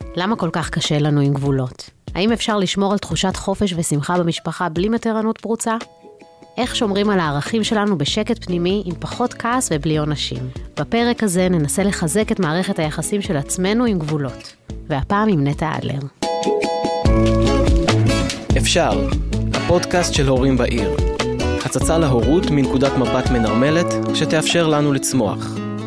למה כל כך קשה לנו עם גבולות? האם אפשר לשמור על תחושת חופש ושמחה במשפחה בלי מתירנות פרוצה? איך שומרים על הערכים שלנו בשקט פנימי עם פחות כעס ובלי עונשים? בפרק הזה ננסה לחזק את מערכת היחסים של עצמנו עם גבולות. והפעם עם נטע אדלר. אפשר, הפודקאסט של הורים בעיר. הצצה להורות מנקודת מבט מנרמלת שתאפשר לנו לצמוח.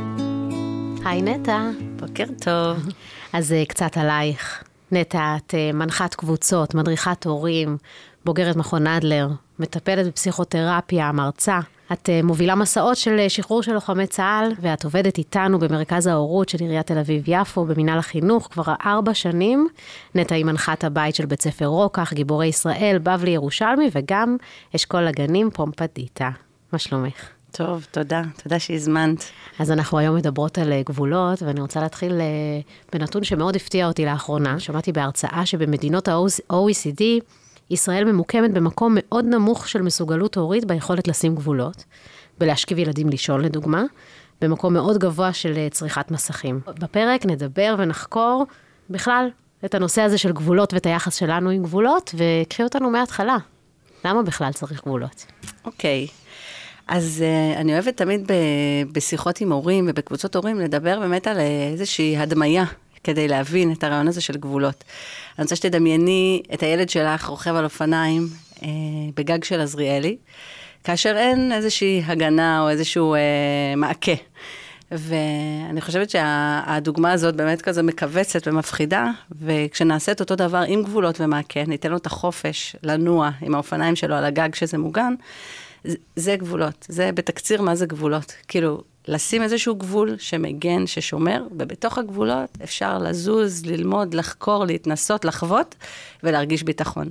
היי נטע. בוקר טוב. אז קצת עלייך. נטע, את מנחת קבוצות, מדריכת הורים, בוגרת מכון אדלר, מטפלת בפסיכותרפיה, מרצה. את מובילה מסעות של שחרור של לוחמי צה"ל, ואת עובדת איתנו במרכז ההורות של עיריית תל אביב-יפו, במינהל החינוך, כבר 4 שנים. נטע היא מנחת הבית של בית ספר רוקח, גיבורי ישראל, בבלי ירושלמי, וגם אשכול הגנים פומפדיטה. מה שלומך? טוב, תודה שהזמנת. אז אנחנו היום מדברות על גבולות, ואני רוצה להתחיל בנתון שמאוד הפתיע אותי לאחרונה. שמעתי בהרצאה שבמדינות ה-OECD, ישראל ממוקמת במקום מאוד נמוך של מסוגלות הורית ביכולת לשים גבולות, ולהשכיב ילדים לישון לדוגמה, במקום מאוד גבוה של צריכת מסכים. בפרק נדבר ונחקור בכלל את הנושא הזה של גבולות ואת היחס שלנו עם גבולות, וקחי אותנו מההתחלה. למה בכלל צריך גבולות? אוקיי. אז אני אוהבת תמיד בשיחות עם הורים ובקבוצות הורים לדבר באמת על איזושהי הדמיה, כדי להבין את הרעיון הזה של גבולות. אני רוצה שתדמייני את הילד שלך רוכב על אופניים בגג של עזריאלי, כאשר אין איזושהי הגנה או איזשהו מעקה. ואני חושבת שהדוגמה הזאת באמת כזה מקבצת ומפחידה, וכשנעשה את אותו דבר עם גבולות ומעקה, ניתן לו את החופש לנוע עם האופניים שלו על הגג שזה מוגן, זה גבולות, זה בתקציר מה זה גבולות, כאילו לשים איזשהו גבול שמגן, ששומר, ובתוך הגבולות אפשר לזוז, ללמוד, לחקור, להתנסות, לחוות ולהרגיש ביטחון.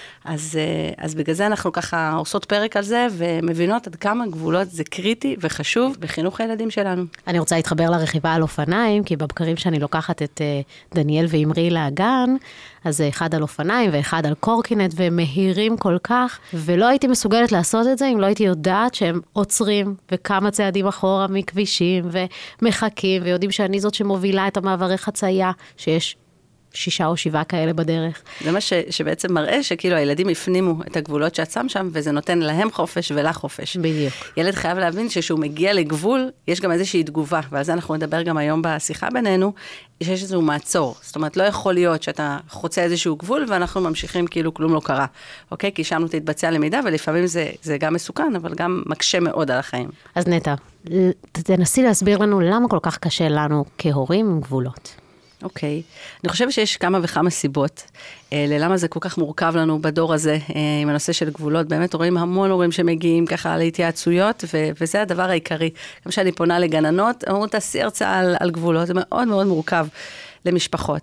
אז בגלל זה אנחנו ככה עושות פרק על זה, ומבינות עד כמה גבולות זה קריטי וחשוב בחינוך הילדים שלנו. אני רוצה להתחבר לרכיבה על אופניים, כי בבקרים שאני לוקחת את דניאל ואמרי לאגן, אז אחד על אופניים ואחד על קורקינט, והם מהירים כל כך, ולא הייתי מסוגלת לעשות את זה, אם לא הייתי יודעת שהם עוצרים, וכמה צעדים אחורה מכבישים, ומחכים, ויודעים שאני זאת שמובילה את המעברי חצייה, שיש 6 או 7 כאלה בדרך. זה מה שבעצם מראה שכאילו הילדים הפנימו את הגבולות שאת שם שם, וזה נותן להם חופש ולה חופש. בדיוק. ילד חייב להבין שכשהוא מגיע לגבול, יש גם איזושהי תגובה, ועל זה אנחנו נדבר גם היום בשיחה בינינו, שיש איזשהו מעצור. זאת אומרת, לא יכול להיות שאתה חוצה איזשהו גבול, ואנחנו ממשיכים כאילו כלום לא קרה. אוקיי? כי שם תתבצע למידה, ולפעמים זה גם מסוכן, אבל גם מקשה מאוד על החיים. אז נטע, תנסי להסביר לנו למה כל כך קשה לנו כהורים עם גבולות. אוקיי. אני חושבת שיש כמה וכמה סיבות ללמה זה כל כך מורכב לנו בדור הזה עם הנושא של גבולות. באמת רואים המון הורים שמגיעים ככה להתייעצויות, וזה הדבר העיקרי. גם שאני פונה לגננות, אמרו תעשי הרצאה על גבולות, זה מאוד מאוד מורכב למשפחות.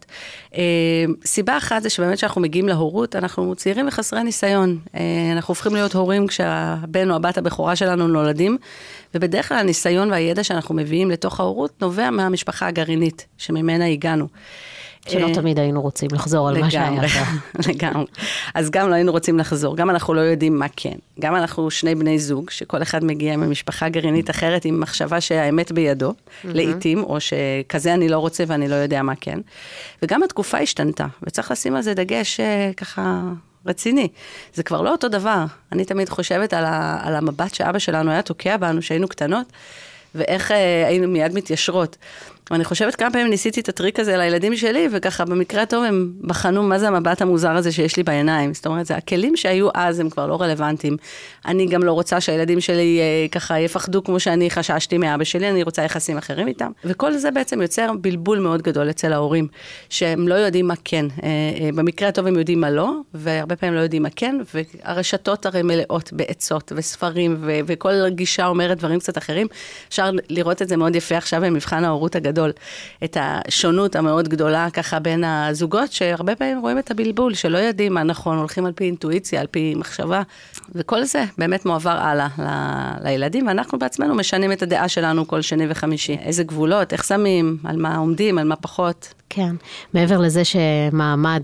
סיבה אחת זה שבאמת שאנחנו מגיעים להורות, אנחנו צעירים וחסרי ניסיון. אנחנו הופכים להיות הורים כשהבן או הבת הבכורה שלנו נולדים, ובדרך כלל הניסיון והידע שאנחנו מביאים לתוך ההורות נובע מהמשפחה הגרעינית שממנה הגענו. שלא תמיד היינו רוצים לחזור על מה שהיה. לגמרי. אז גם לא היינו רוצים לחזור, גם אנחנו לא יודעים מה כן. גם אנחנו 2 בני זוג, שכל אחד מגיע ממשפחה גרעינית אחרת, עם מחשבה שהאמת בידו, לעתים, או שכזה אני לא רוצה ואני לא יודע מה כן. וגם התקופה השתנתה, וצריך לשים על זה דגש ככה רציני. זה כבר לא אותו דבר. אני תמיד חושבת על המבט שאבא שלנו היה תוקע בנו, שהיינו קטנות, ואיך היינו מיד מתיישרות. ואני חושבת כמה פעמים ניסיתי את הטריק הזה לילדים שלי, וככה במקרה הטוב הם בחנו מה זה המבט המוזר הזה שיש לי בעיניים. זאת אומרת, זה הכלים שהיו אז הם כבר לא רלוונטיים. אני גם לא רוצה שהילדים שלי ככה יפחדו כמו שאני חששתי מאבא שלי, אני רוצה יחסים אחרים איתם. וכל זה בעצם יוצר בלבול מאוד גדול אצל ההורים, שהם לא יודעים מה כן. במקרה הטוב הם יודעים מה לא, והרבה פעמים לא יודעים מה כן, והרשתות הרי מלאות בעצות וספרים, וכל גישה אומרת דברים קצת אחרים. אפשר לראות את זה מאוד יפה עכשיו במבחן ההורות הגדול. את השונות המאוד גדולה ככה בין הזוגות, שהרבה פעמים רואים את הבלבול, שלא יודעים מה נכון, הולכים על פי אינטואיציה, על פי מחשבה, וכל זה באמת מועבר הלאה לילדים, ואנחנו בעצמנו משנים את הדעה שלנו כל שני וחמישי. איזה גבולות, איך שמים, על מה עומדים, על מה פחות. כן, מעבר לזה שמעמד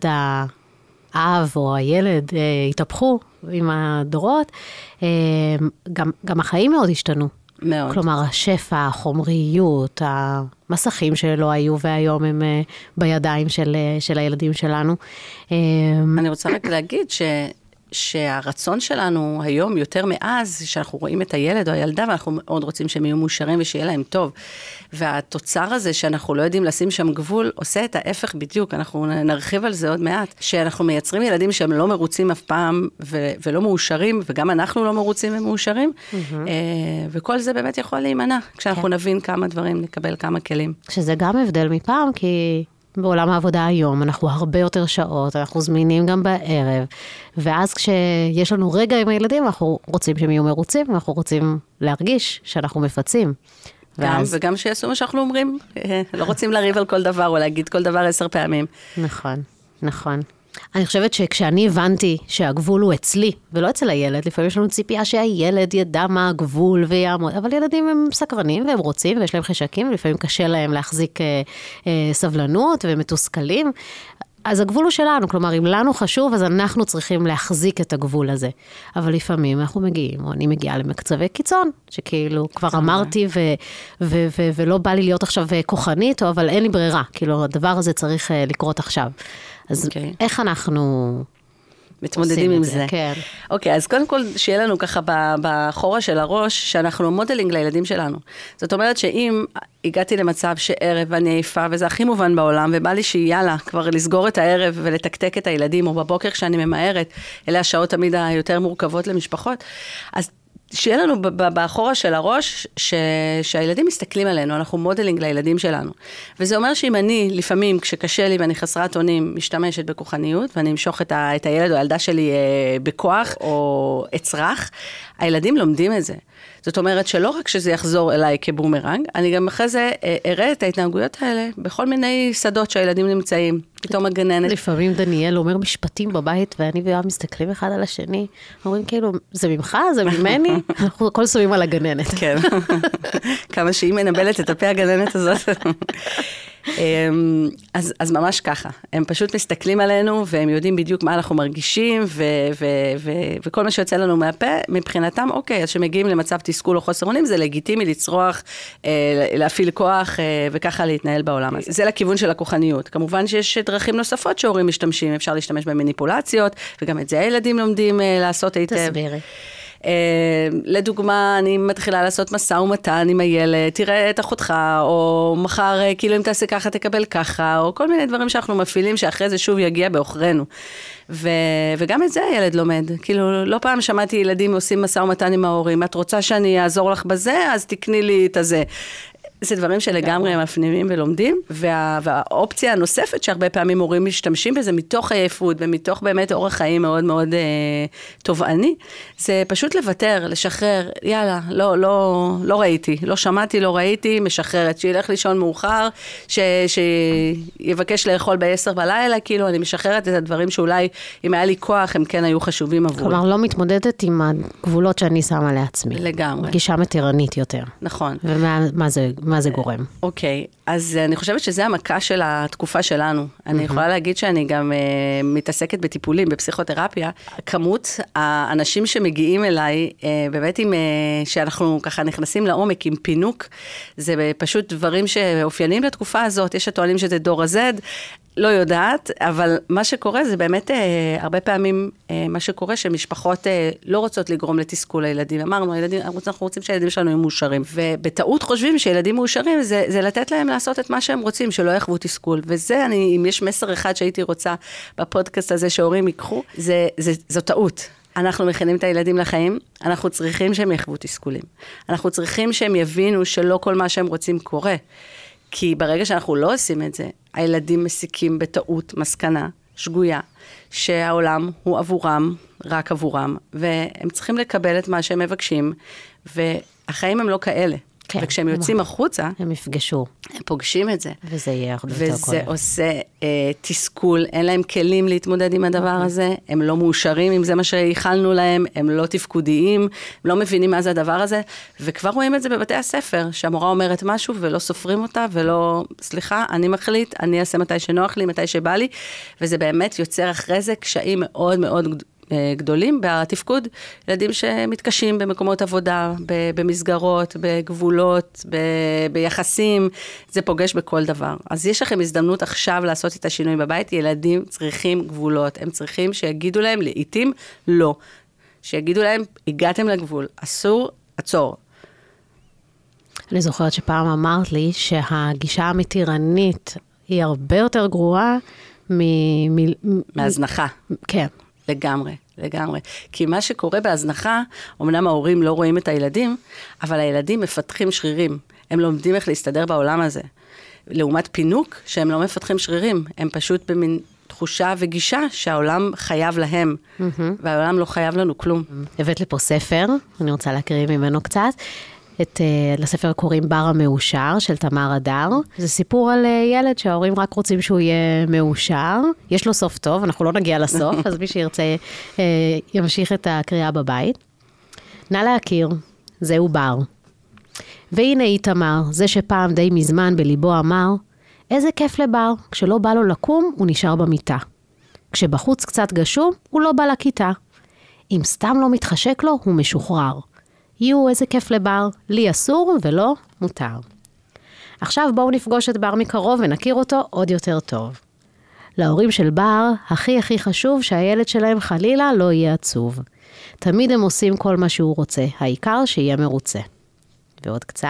האב או הילד התהפכו עם הדורות, גם החיים מאוד השתנו. מאוד. כלומר, השפע, החומריות, המסכים שלא היו והיום הם בידיים של הילדים שלנו. אני רוצה רק להגיד שהרצון שלנו היום יותר מאז, שאנחנו רואים את הילד או הילדה, ואנחנו מאוד רוצים שהם יהיו מאושרים ושיהיה להם טוב. והתוצר הזה שאנחנו לא יודעים לשים שם גבול, עושה את ההפך בדיוק, אנחנו נרחיב על זה עוד מעט, שאנחנו מייצרים ילדים שהם לא מרוצים אף פעם, ולא מאושרים, וגם אנחנו לא מרוצים ומאושרים, וכל זה באמת יכול להימנע, כשאנחנו נבין כמה דברים, נקבל כמה כלים. שזה גם הבדל מפעם, כי בעולם העבודה היום, אנחנו הרבה יותר שעות, אנחנו זמינים גם בערב, ואז כשיש לנו רגע עם הילדים, אנחנו רוצים שהם יהיו מרוצים, ואנחנו רוצים להרגיש שאנחנו מפצים. וגם שיעשו מה שאנחנו אומרים, לא רוצים לריב על כל דבר, או להגיד כל דבר 10 פעמים. נכון, נכון. אני חושבת שכשאני הבנתי שהגבול הוא אצלי, ולא אצל הילד, לפעמים יש לנו ציפייה שהילד ידע מה הגבול ויעמוד, אבל ילדים הם סקרנים והם רוצים, ויש להם חשקים, ולפעמים קשה להם להחזיק סבלנות ומתוסכלים. אז הגבול הוא שלנו, כלומר, אם לנו חשוב, אז אנחנו צריכים להחזיק את הגבול הזה. אבל לפעמים אנחנו מגיעים, או אני מגיעה למקצבי קיצון, שכאילו כבר אמרתי, ולא בא לי להיות עכשיו כוחנית, אבל אין לי ברירה, כאילו הדבר הזה צריך לקרות עכשיו. אז איך אנחנו מתמודדים עם זה? כן. אוקיי, אז קודם כל שיהיה לנו ככה בחורה של הראש, שאנחנו מודלינג לילדים שלנו. זאת אומרת שאם הגעתי למצב שערב ואני עייפה, וזה הכי מובן בעולם, ובא לי שיאללה, כבר לסגור את הערב ולתקתק את הילדים, או בבוקר כשאני ממהרת, אלה השעות תמיד היותר מורכבות למשפחות, אז שיהיה לנו באחורה של הראש, שהילדים מסתכלים עלינו, אנחנו מודלינג לילדים שלנו. וזה אומר שאם אני, לפעמים, כשקשה לי ואני חסרת אונים, משתמשת בכוחניות, ואני אמשוך את הילד או הילדה שלי בכוח או אצרח, הילדים לומדים את זה. זאת אומרת שלא רק שזה יחזור אליי כבומרנג, אני גם אחרי זה אראה את ההתנהגויות האלה בכל מיני שדות שהילדים נמצאים, פתאום הגננת. לפעמים דניאל אומר משפטים בבית, ואני ויואב מסתכלים אחד על השני, אומרים כאילו, זה ממך, זה ממני, אנחנו הכל שמים על הגננת. כן, כמה שהיא מנבלת את הפה הגננת הזאת. אז ממש ככה, הם פשוט מסתכלים עלינו, והם יודעים בדיוק מה אנחנו מרגישים, וכל מה שיוצא לנו מהפה, מבחינתם, אוקיי, אז שמגיעים למצב תסכול או חוסר אונים, זה לגיטימי לצרוח, להפעיל כוח, וככה להתנהל בעולם הזה. זה לכיוון של הכוחניות. כמובן שיש דרכים נוספות שהורים משתמשים, אפשר להשתמש במניפולציות, וגם את זה הילדים לומדים לעשות היטב. תסבירי. לדוגמה, אני מתחילה לעשות מסע ומתן עם הילד, תראה את אחותך, או מחר, כאילו אם תעשה ככה, תקבל ככה, או כל מיני דברים שאנחנו מפעילים, שאחרי זה שוב יגיע באוכרנו. וגם את זה הילד לומד. כאילו, לא פעם שמעתי ילדים עושים מסע ומתן עם ההורים, את רוצה שאני אעזור לך בזה, אז תקני לי את הזה. זה דברים שלגמרי הם מפנימים ולומדים, והאופציה הנוספת שהרבה פעמים הורים משתמשים בזה, מתוך עייפות ומתוך באמת אורח חיים מאוד מאוד תובעני, זה פשוט לוותר, לשחרר, יאללה, לא ראיתי, לא שמעתי, לא ראיתי, משחררת, שילך לישון מאוחר, שיבקש לאכול ב-10 בלילה, כאילו אני משחררת את הדברים שאולי, אם היה לי כוח, הם כן היו חשובים עבורי. כלומר, לא מתמודדת עם הגבולות שאני שמה לעצמי. לגמרי. גישה מתירנית יותר. נכון. ומה זה גורם? אוקיי, אז אני חושבת שזה המכה של התקופה שלנו. אני יכולה להגיד שאני גם מתעסקת בטיפולים, בפסיכותרפיה. כמות האנשים שמגיעים אליי, באמת שאנחנו ככה נכנסים לעומק עם פינוק, זה פשוט דברים שאופיינים לתקופה הזאת. יש הטוענים שזה דור ה-Z, לא יודעת, אבל מה שקורה זה באמת הרבה פעמים מה שקורה שמשפחות לא רוצות לגרום לתסכול לילדים. אמרנו, אנחנו רוצים שהילדים שלנו יהיו מאושרים, ובטעות חושבים שילדים מאושרים זה לתת להם לעשות את מה שהם רוצים, שלא יחוו תסכול. וזה, אם יש מסר אחד שהייתי רוצה בפודקאסט הזה שהורים ייקחו, זו טעות. אנחנו מכינים את הילדים לחיים, אנחנו צריכים שהם יחוו תסכולים. אנחנו צריכים שהם יבינו שלא כל מה שהם רוצים קורה. כי ברגע שאנחנו לא עושים את זה, הילדים מסיקים בטעות מסקנה שגויה, שהעולם הוא עבורם, רק עבורם, והם צריכים לקבל את מה שהם מבקשים, והחיים הם לא כאלה. כן, וכשהם יוצאים החוצה, הם יפגשו. הם פוגשים את זה. וזה יהיה הרבה יותר כואב. וזה עושה תסכול, אין להם כלים להתמודד עם הדבר הזה, הם לא מאושרים אם זה מה שהיכלנו להם, הם לא תפקודיים, הם לא מבינים מה זה הדבר הזה, וכבר רואים את זה בבתי הספר, שהמורה אומרת משהו ולא סופרים אותה, ולא, סליחה, אני מחליט, אני אעשה מתי שנוח לי, מתי שבא לי, וזה באמת יוצר אחרי זה קשיים מאוד מאוד גדולים בתפקוד, ילדים שמתקשים במקומות עבודה, במסגרות, בגבולות, ביחסים, זה פוגש בכל דבר. אז יש לכם הזדמנות עכשיו לעשות את השינוי בבית, ילדים צריכים גבולות, הם צריכים שיגידו להם לעתים לא, שיגידו להם, הגעתם לגבול, אסור, עצור. אני זוכרת שפעם אמרת לי שהגישה המתירנית היא הרבה יותר גרועה מהזנחה. כן. לגמרי, לגמרי. כי מה שקורה בהזנחה, אמנם ההורים לא רואים את הילדים, אבל הילדים מפתחים שרירים. הם לומדים איך להסתדר בעולם הזה. לעומת פינוק, שהם לא מפתחים שרירים. הם פשוט במין תחושה וגישה שהעולם חייב להם, והעולם לא חייב לנו כלום. הבאת לי פה ספר, אני רוצה להקריא ממנו קצת. לספר קוראים בר המאושר של תמר הדר. זה סיפור על ילד שההורים רק רוצים שהוא יהיה מאושר. יש לו סוף טוב, אנחנו לא נגיע לסוף, אז מי שירצה ימשיך את הקריאה בבית. נא להכיר, זהו בר. והנה איתמר, זה שפעם די מזמן בליבו אמר, איזה כיף לבר, כשלא בא לו לקום, הוא נשאר במיטה. כשבחוץ קצת גשום, הוא לא בא לכיתה. אם סתם לא מתחשק לו, הוא משוחרר. יו, איזה כיף לבר, לי אסור ולא מותר. עכשיו בואו נפגוש את בר מקרוב ונכיר אותו עוד יותר טוב. להורים של בר, הכי חשוב שהילד שלהם חלילה לא יהיה עצוב. תמיד הם עושים כל מה שהוא רוצה, העיקר שיהיה מרוצה. ועוד קצת.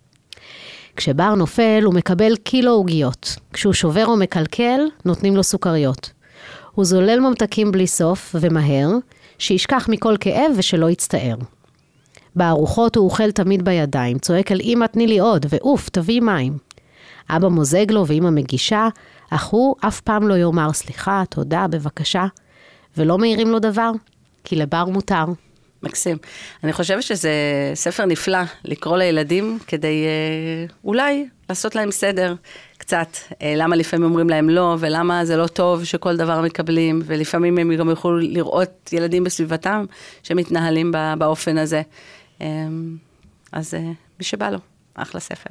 כשבר נופל הוא מקבל קילו עוגיות. כשהוא שובר או מקלקל, נותנים לו סוכריות. הוא זולל ממתקים בלי סוף ומהר, שישכח מכל כאב ושלא יצטער. בארוחות הוא אוכל תמיד בידיים, צועק על אמא תני לי עוד, ואוף, תביא מים. אבא מוזג לו ואמא מגישה, אך הוא אף פעם לא יאמר סליחה, תודה, בבקשה, ולא מעירים לו דבר, כי לבר מותר. מקסים. אני חושבת שזה ספר נפלא לקרוא לילדים, כדי אולי לעשות להם סדר קצת, למה לפעמים אומרים להם לא, ולמה זה לא טוב שכל דבר מקבלים, ולפעמים הם גם יכולו לראות ילדים בסביבתם שמתנהלים באופן הזה. אז מי שבא לו, אחלה ספר.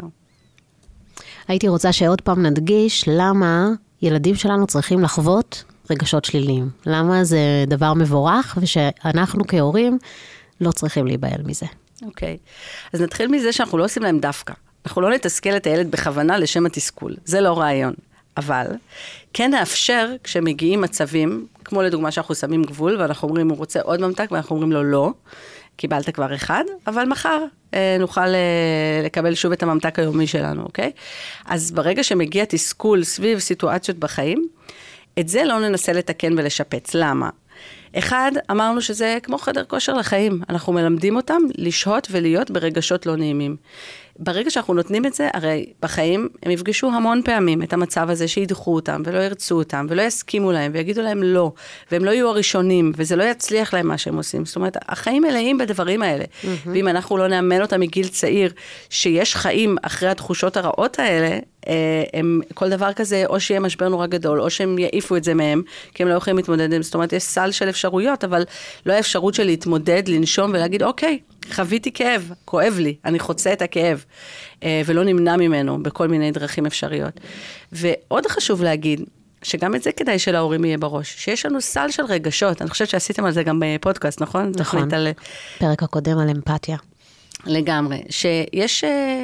הייתי רוצה שעוד פעם נדגיש למה ילדים שלנו צריכים לחוות רגשות שליליים. למה זה דבר מבורך, ושאנחנו כהורים לא צריכים להיבהל מזה. אוקיי. אז נתחיל מזה שאנחנו לא עושים להם דווקא. אנחנו לא נתסכל את הילד בכוונה לשם התסכול. זה לא רעיון. אבל כן נאפשר כשמגיעים מצבים, כמו לדוגמה שאנחנו שמים גבול, ואנחנו אומרים הוא רוצה עוד ממתק, ואנחנו אומרים לו לא, קיבלת כבר אחד, אבל מחר נוכל לקבל שוב את הממתק היומי שלנו, אוקיי? אז ברגע שמגיע תסכול סביב סיטואציות בחיים, את זה לא ננסה לתקן ולשפץ. למה? אחד, אמרנו שזה כמו חדר כושר לחיים. אנחנו מלמדים אותם לשהות ולהיות ברגשות לא נעימים. ברגע שאנחנו נותנים את זה, הרי בחיים הם יפגשו המון פעמים את המצב הזה שידחו אותם ולא ירצו אותם ולא יסכימו להם ויגידו להם לא, והם לא יהיו הראשונים וזה לא יצליח להם מה שהם עושים. זאת אומרת, החיים מלאים בדברים האלה. ואם אנחנו לא נאמן אותם מגיל צעיר, שיש חיים אחרי התחושות הרעות האלה, הם, כל דבר כזה, או שיהיה משבר נורא גדול, או שהם יעיפו את זה מהם, כי הם לא יכולים להתמודד עם. זאת אומרת, יש סל של אפשרויות, אבל לא האפשרות של להתמודד, לנשום ולהגיד, אוקיי, חוויתי כאב, כואב לי, אני חוצה את הכאב, ולא נמנע ממנו בכל מיני דרכים אפשריות. ועוד חשוב להגיד, שגם את זה כדאי שלהורים יהיה בראש, שיש לנו סל של רגשות, אני חושבת שעשיתם על זה גם בפודקאסט, נכון? נכון, פרק הקודם על אמפתיה. לגמרי, שיש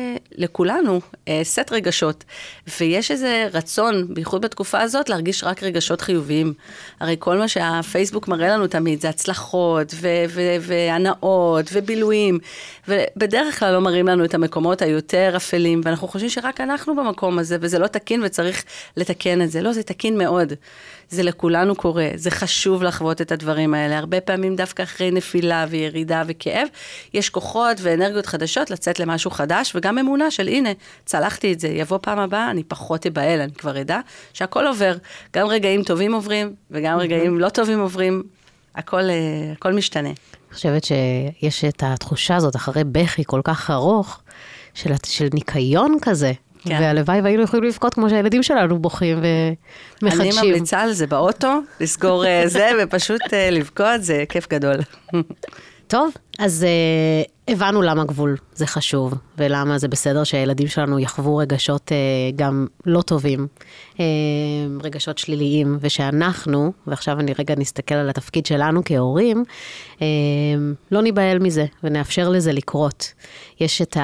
לכולנו סט רגשות, ויש איזה רצון, בייחוד בתקופה הזאת, להרגיש רק רגשות חיוביים. הרי כל מה שהפייסבוק מראה לנו תמיד, זה הצלחות והנאות ובילויים, ובדרך כלל לא מראים לנו את המקומות היותר אפלים, ואנחנו חושבים שרק אנחנו במקום הזה, וזה לא תקין וצריך לתקן את זה. לא, זה תקין מאוד. זה לכולנו קורה, זה חשוב לחוות את הדברים האלה. הרבה פעמים דווקא אחרי נפילה וירידה וכאב, יש כוחות ואנרגיות חדשות לצאת למשהו חדש, וגם אמונה של הנה, צלחתי את זה, יבוא פעם הבאה, אני פחות אבעל, אני כבר אדע שהכל עובר. גם רגעים טובים עוברים, וגם רגעים לא טובים עוברים, הכל משתנה. אני חושבת שיש את התחושה הזאת אחרי בכי כל כך ארוך, של ניקיון כזה, כן. והלוואי והיינו יכולים לבכות כמו שהילדים שלנו בוכים ומחדשים. אני ממליצה על זה באוטו, לסגור זה ופשוט לבכות, זה כיף גדול. טוב, אז הבנו למה גבול זה חשוב, ולמה זה בסדר שהילדים שלנו יחוו רגשות גם לא טובים, רגשות שליליים, ושאנחנו, ועכשיו אני רגע נסתכל על התפקיד שלנו כהורים, לא ניבהל מזה, ונאפשר לזה לקרות. יש את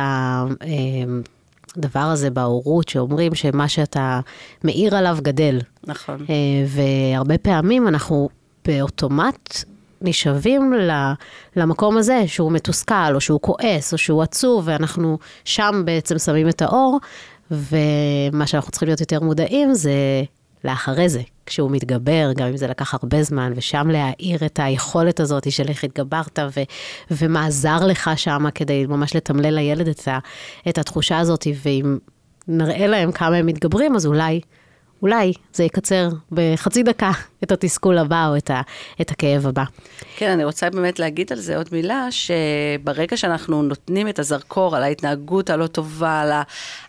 הדבר הזה בהורות, שאומרים שמה שאתה מאיר עליו גדל. נכון. והרבה פעמים אנחנו באוטומט, נשאבים למקום הזה, שהוא מתוסכל, או שהוא כועס, או שהוא עצוב, ואנחנו שם בעצם שמים את האור, ומה שאנחנו צריכים להיות יותר מודעים, זה לאחרי זה, כשהוא מתגבר, גם אם זה לקח הרבה זמן, ושם להעיר את היכולת הזאת של איך התגברת, ומה עזר לך שם, כדי ממש לתמלל לילד את התחושה הזאת, ואם נראה להם כמה הם מתגברים, אז אולי זה יקצר בחצי דקה את התסכול הבא או את הכאב הבא. כן, אני רוצה באמת להגיד על זה עוד מילה, שברגע שאנחנו נותנים את הזרקור על ההתנהגות הלא טובה,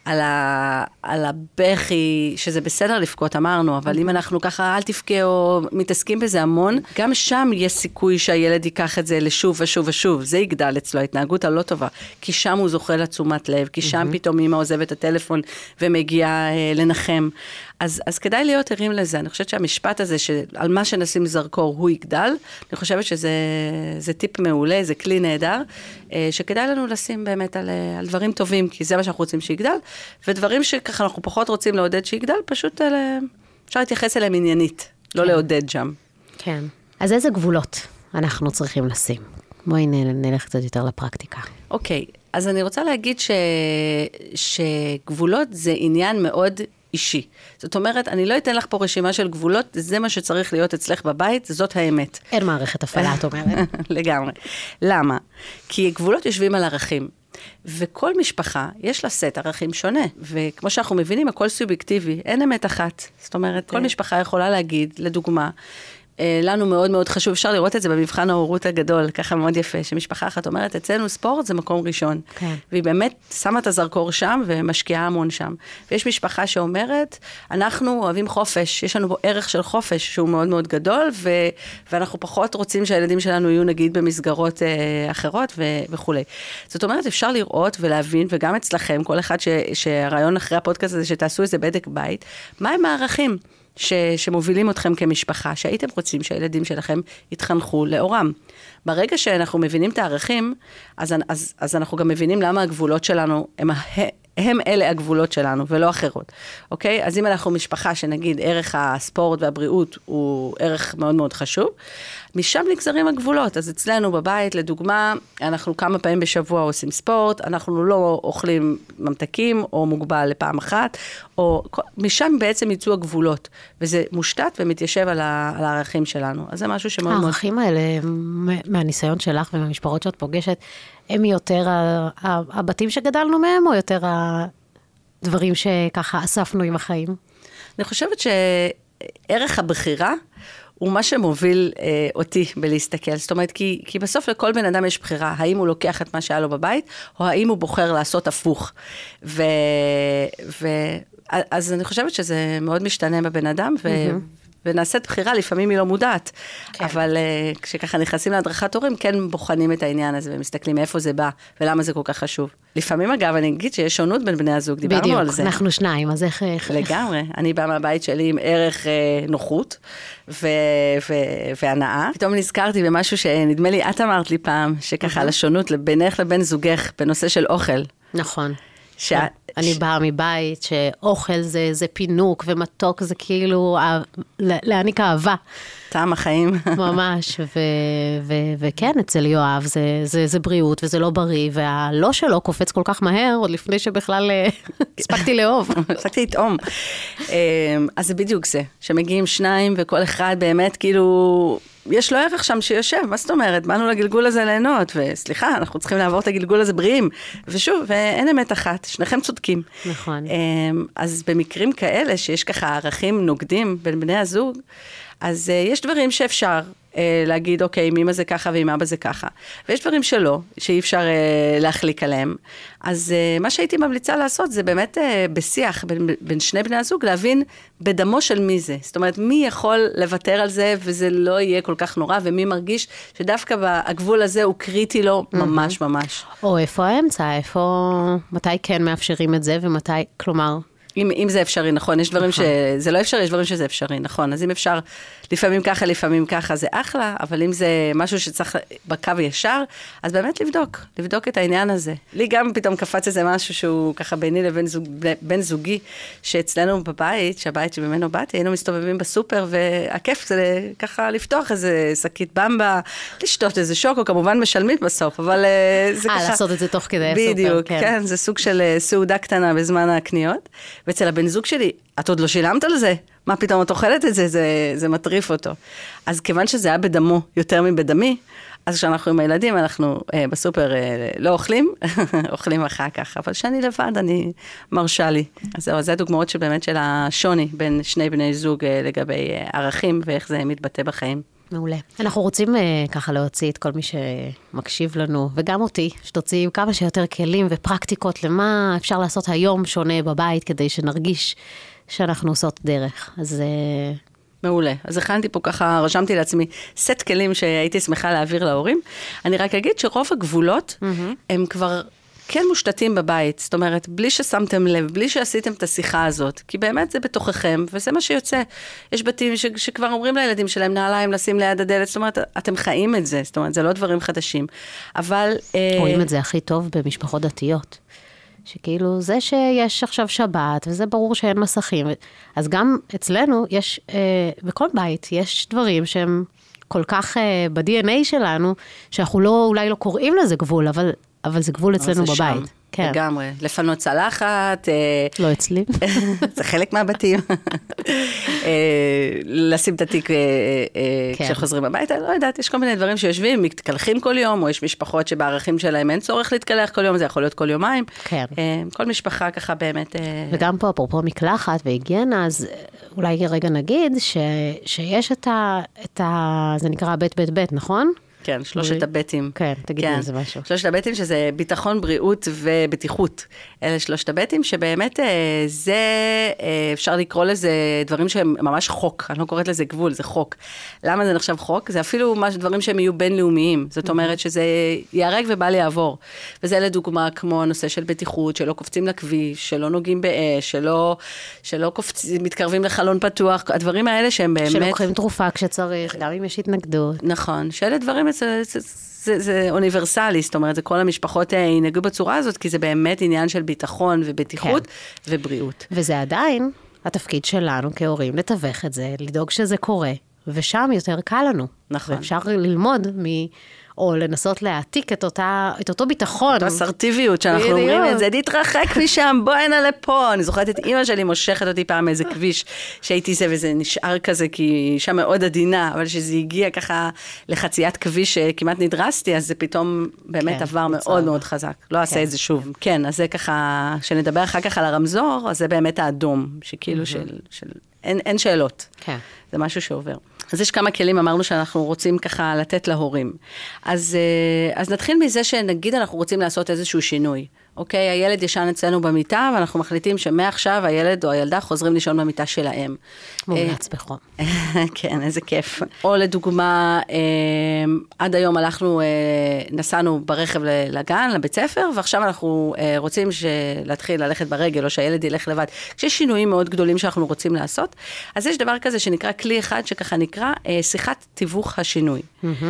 על הבכי, שזה בסדר לפקות, אמרנו, אבל אם אנחנו ככה אל תפקה או מתעסקים בזה המון, גם שם יש סיכוי שהילד ייקח את זה לשוב ושוב ושוב, זה יגדל אצלו, ההתנהגות הלא טובה, כי שם הוא זוכה לתשומת לב, כי שם פתאום אמא עוזבת את הטלפון ומגיעה לנחם. אז כדאי להיות ערים לזה. אני חושבת שהמשפט הזה, שעל מה שנשים זרקור הוא יגדל, אני חושבת שזה טיפ מעולה, זה כלי נהדר, שכדאי לנו לשים באמת על דברים טובים, כי זה מה שאנחנו רוצים שיגדל, ודברים שככה אנחנו פחות רוצים לעודד שיגדל, פשוט אפשר להתייחס אליהם עניינית, לא לעודד שם. כן. אז איזה גבולות אנחנו צריכים לשים? בואי נלך קצת יותר לפרקטיקה. אוקיי, אז אני רוצה להגיד שגבולות זה עניין מאוד אישי. זאת אומרת, אני לא אתן לך פה רשימה של גבולות, זה מה שצריך להיות אצלך בבית, זאת האמת. אין מערכת הפעלה, את אומרת. לגמרי. למה? כי גבולות יושבים על ערכים. וכל משפחה יש לה סט ערכים שונה, וכמו שאנחנו מבינים, הכל סובייקטיבי, אין אמת אחת. זאת אומרת, כל משפחה יכולה להגיד, לדוגמה, לנו מאוד מאוד חשוב, אפשר לראות את זה במבחן ההורות הגדול, ככה מאוד יפה, שמשפחה אחת אומרת, אצלנו ספורט זה מקום ראשון. כן. והיא באמת שמה את הזרקור שם, ומשקיעה המון שם. ויש משפחה שאומרת, אנחנו אוהבים חופש, יש לנו בו ערך של חופש, שהוא מאוד מאוד גדול, ואנחנו פחות רוצים שהילדים שלנו יהיו נגיד במסגרות אחרות וכו'. זאת אומרת, אפשר לראות ולהבין, וגם אצלכם, כל אחד שהרעיון אחרי הפודקאסט הזה, שתעשו איזה בדק בית, מה הם הערכים? שמובילים אתכם כמשפחה, שהייתם רוצים שהילדים שלכם יתחנכו לאורם. ברגע שאנחנו מבינים את הערכים, אז אנחנו גם מבינים למה הגבולות שלנו הם אלה הגבולות שלנו, ולא אחרות. אוקיי? אז אם אנחנו משפחה שנגיד ערך הספורט והבריאות הוא ערך מאוד מאוד חשוב, משם נגזרים הגבולות. אז אצלנו בבית, לדוגמה, אנחנו כמה פעמים בשבוע עושים ספורט, אנחנו לא אוכלים ממתקים או מוגבל לפעם אחת, או משם בעצם יצאו הגבולות, וזה מושתת ומתיישב על הערכים שלנו. אז זה משהו שמאוד מאוד... הערכים האלה, מהניסיון שלך ומהמשפחות שאת פוגשת, הם יותר הבתים שגדלנו מהם, או יותר הדברים שככה אספנו עם החיים? אני חושבת שערך הבחירה הוא מה שמוביל אותי בלהסתכל. זאת אומרת, כי בסוף לכל בן אדם יש בחירה, האם הוא לוקח את מה שהיה לו בבית, או האם הוא בוחר לעשות הפוך. אז אני חושבת שזה מאוד משתנה בבן אדם, ונעשית בחירה, לפעמים היא לא מודעת, כן. אבל כשככה נכנסים להדרכת הורים, כן בוחנים את העניין הזה, ומסתכלים מאיפה זה בא, ולמה זה כל כך חשוב. לפעמים אגב, אני אגיד שיש שונות בין בני הזוג, דיברנו בדיוק, על זה. בדיוק, אנחנו שניים, אז איך... לגמרי, אני באה מהבית שלי עם ערך נוחות, והנאה. פתאום נזכרתי במשהו שנדמה לי, את אמרת לי פעם, שככה על השונות בינך לבין זוגך, בנושא של אוכל. נכון. אני באה מבית שאוכל זה פינוק ומתוק זה כאילו להעניק אהבה. טעם החיים. ממש, וכן, אצל יואב זה בריאות וזה לא בריא, והלא שלו קופץ כל כך מהר, עוד לפני שבכלל הספקתי לאהוב. הספקתי לטעום. אז זה בדיוק זה, שמגיעים שניים וכל אחד באמת כאילו... יש לו ערך שם שיושב, מה זאת אומרת? באנו לגלגול הזה ליהנות, וסליחה, אנחנו צריכים לעבור את הגלגול הזה בריאים. ושוב, ואין אמת אחת, שניכם צודקים. נכון. אז במקרים כאלה, שיש ככה ערכים נוגדים בין בני הזוג, אז יש דברים שאפשר להגיד, אוקיי, עם אמא זה ככה ועם אבא זה ככה. ויש דברים שלא, שאי אפשר להחליק עליהם. אז מה שהייתי ממליצה לעשות, זה באמת בשיח בין שני בני הזוג, להבין בדמו של מי זה. זאת אומרת, מי יכול לוותר על זה, וזה לא יהיה כל כך נורא, ומי מרגיש שדווקא הגבול הזה הוא קריטי לו ממש ממש. או איפה האמצע, מתי כן מאפשרים את זה, ומתי, כלומר... אם זה אפשרי, נכון, יש דברים שזה לא אפשרי, יש דברים שזה אפשרי, נכון, אז אם אפשר לפעמים ככה, זה אחלה, אבל אם זה משהו שצריך בקו ישר, אז באמת לבדוק את העניין הזה. לי גם פתאום קפץ איזה משהו שהוא ככה ביני לבין בן זוגי, שאצלנו בבית, שהבית שממנו באתי, היינו מסתובבים בסופר, והכיף זה ככה לפתוח איזה שקית במבה, לשתות איזה שוקו, כמובן משלמים בסוף, אבל זה ככה... לעשות את זה תוך כדי הסופר, בדיוק, כן, זה סוג של סעודה קטנה בזמן הקניות, ואצל הבן זוג שלי, את עוד לא שילמת על זה? מה פתאום את אוכלת את זה? זה מטריף אותו. אז כיוון שזה היה בדמו יותר מבדמי, אז כשאנחנו עם הילדים, אנחנו בסופר לא אוכלים, אוכלים אחר כך, אבל שאני לבד, אני מרשה לי. אז זהו, זה דוגמאות שבאמת של השוני בין שני בני זוג לגבי ערכים, ואיך זה מתבטא בחיים. מעולה. אנחנו רוצים ככה להוציא את כל מי שמקשיב לנו, וגם אותי, שתוציאו כמה שיותר כלים ופרקטיקות למה אפשר לעשות היום שונה בבית, כדי שנרגיש שאנחנו עושות דרך. אז... מעולה. אז הכנתי פה ככה, רשמתי לעצמי סט כלים שהייתי שמחה להעביר להורים. אני רק אגיד שרוב הגבולות הם כבר... כן מושתתים בבית, זאת אומרת, בלי ששמתם לב, בלי שעשיתם את השיחה הזאת, כי באמת זה בתוככם, וזה מה שיוצא. יש בתים שכבר אומרים לילדים שלהם, נעליים לשים ליד הדלת, זאת אומרת, אתם חיים את זה, זאת אומרת, זה לא דברים חדשים. אבל... רואים את זה הכי טוב במשפחות דתיות. שכאילו זה שיש עכשיו שבת, וזה ברור שאין מסכים. אז גם אצלנו יש, בכל בית, יש דברים שהם כל כך ב-DNA שלנו, שאנחנו אולי לא קוראים לזה גבול, אבל זה גבול אצלנו בבית. שם, כן. לגמרי. לפנות צלחת. לא אצלי. זה חלק מהבתים. לשים את התיק כשחוזרים הביתה. לא יודעת, יש כל מיני דברים שיושבים, מתקלחים כל יום, או יש משפחות שבערכים שלהם אין צורך להתקלח כל יום, זה יכול להיות כל יומיים. כן. כל משפחה ככה באמת... וגם פה, אפרופו מקלחת והיגיינה, אז אולי רגע נגיד שיש את ה... זה נקרא בית, נכון? כן, שלושת הבטים. כן, תגידי על זה משהו. שלושת הבטים שזה ביטחון, בריאות ובטיחות. אלה שלושת הבטים שבאמת זה, אפשר לקרוא לזה דברים שהם ממש חוק. אני לא קוראת לזה גבול, זה חוק. למה זה נחשב חוק? זה אפילו דברים שהם יהיו בינלאומיים. זאת אומרת שזה יהרג ובל יעבור. וזה לדוגמה כמו הנושא של בטיחות, שלא קופצים לכביש, שלא נוגעים באש, שלא מתקרבים לחלון פתוח. הדברים האלה שהם באמת... שלוקחים תרופה כשצריך, גם אם יש התנגדות. נכון, שאלה דברים זה אוניברסלי, זאת אומרת, זה כל המשפחות ינהגו בצורה הזאת, כי זה באמת עניין של ביטחון ובטיחות ובריאות. וזה עדיין התפקיד שלנו כהורים, לתווך את זה, לדאוג שזה קורה, ושם יותר קל לנו. נכון. ואפשר ללמוד או לנסות להעתיק את אותו ביטחון. אותו אסרטיביות שאנחנו אומרים את זה, תתרחק משם, בוא הנה לפה. אני זוכרת את אמא שלי מושכת אותי פעם מאיזה כביש שהייתי זה, וזה נשאר כזה, כי אישה מאוד עדינה, אבל שזה הגיע ככה לחציית כביש שכמעט נדרסתי, אז זה פתאום באמת עבר מאוד מאוד חזק. לא אעשה את זה שוב. כן, אז זה ככה, שנדבר אחר כך על הרמזור, אז זה באמת האדום, שכאילו אין שאלות. כן. זה משהו שעובר. אז יש כמה כלים, אמרנו שאנחנו רוצים ככה לתת להורים. אז נתחיל מזה שנגיד אנחנו רוצים לעשות איזשהו שינוי. אוקיי, הילד ישן אצלנו במיטה, ואנחנו מחליטים שמעכשיו הילד או הילדה חוזרים לישון במיטה שלהם. מומלץ בחום. כן, איזה כיף. או לדוגמה, עד היום נסענו ברכב לגן, לבית ספר, ועכשיו אנחנו רוצים להתחיל ללכת ברגל, או שהילד ילך לבד. כשיש שינויים מאוד גדולים שאנחנו רוצים לעשות, אז יש דבר כזה שנקרא כלי אחד, שככה נקרא שיחת תיווך השינוי.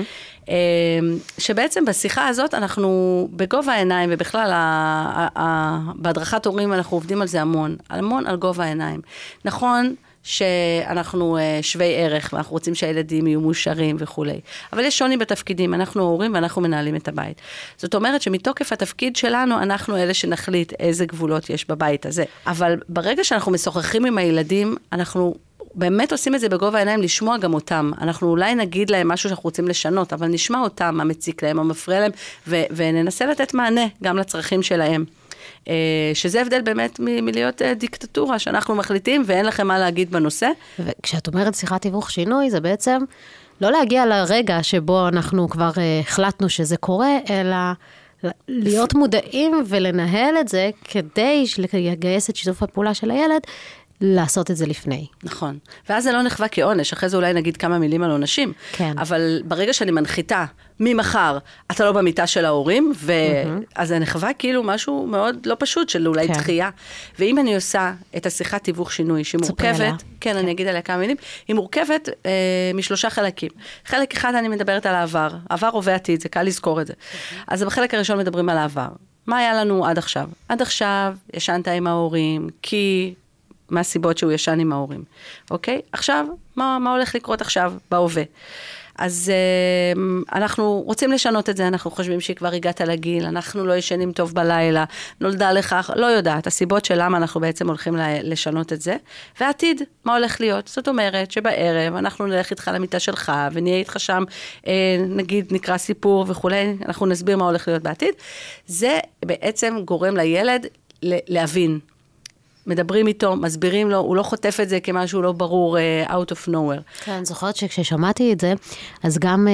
שבעצם בשיחה הזאת אנחנו בגובה העיניים, ובכלל בהדרכת הורים אנחנו עובדים על זה המון על גובה העיניים. נכון שאנחנו שווי ערך, ואנחנו רוצים שהילדים יהיו מאושרים וכו'. אבל יש שוני בתפקידים, אנחנו הורים ואנחנו מנהלים את הבית. זאת אומרת שמתוקף התפקיד שלנו, אנחנו אלה שנחליט איזה גבולות יש בבית הזה. אבל ברגע שאנחנו משוחחים עם הילדים, אנחנו באמת עושים את זה בגובה העיניים, לשמוע גם אותם. אנחנו אולי נגיד להם משהו שאנחנו רוצים לשנות, אבל נשמע אותם, מה מציק להם, מה מפריע להם, וננסה לתת מענה גם לצרכים שלהם. שזה הבדל באמת מלהיות דיקטטורה, שאנחנו מחליטים ואין לכם מה להגיד בנושא. וכשאת אומרת שיחת תיווך שינוי, זה בעצם לא להגיע לרגע שבו אנחנו כבר החלטנו שזה קורה, אלא להיות מודעים ולנהל את זה כדי לגייס את שיתוף הפעולה של הילד, לעשות את זה לפני. נכון. ואז זה לא נחווה כעונש, אחרי זה אולי נגיד כמה מילים על עונשים. כן. אבל ברגע שאני מנחיתה, ממחר, אתה לא במיטה של ההורים, אז זה נחווה כאילו משהו מאוד לא פשוט, של אולי דחייה. ואם אני עושה את השיחת תיווך שינוי, שהיא מורכבת, כן, אני אגיד עליה כמה מילים, היא מורכבת משלושה חלקים. חלק אחד אני מדברת על העבר. עבר הווה עתיד, זה קל לזכור את זה. אז בחלק הראשון מדברים על העבר. מה היה לנו עד עכשיו? עד עכשיו ישנת עם ההורים, כי מה הסיבות שהוא ישן עם ההורים. אוקיי? עכשיו, מה הולך לקרות עכשיו בהווה? אז אנחנו רוצים לשנות את זה, אנחנו חושבים שכבר הגעת לגיל, אנחנו לא ישנים טוב בלילה, נולדה לך, לא יודעת, הסיבות של למה אנחנו בעצם הולכים לשנות את זה, והעתיד, מה הולך להיות? זאת אומרת שבערב אנחנו נלך איתך למיטה שלך, ונהיה איתך שם, נגיד נקרא סיפור וכולי, אנחנו נסביר מה הולך להיות בעתיד, זה בעצם גורם לילד להבין, מדברים איתו, מסבירים לו, הוא לא חוטף את זה כמשהו לא ברור, out of nowhere. כן, זוכרת שכששמעתי את זה, אז גם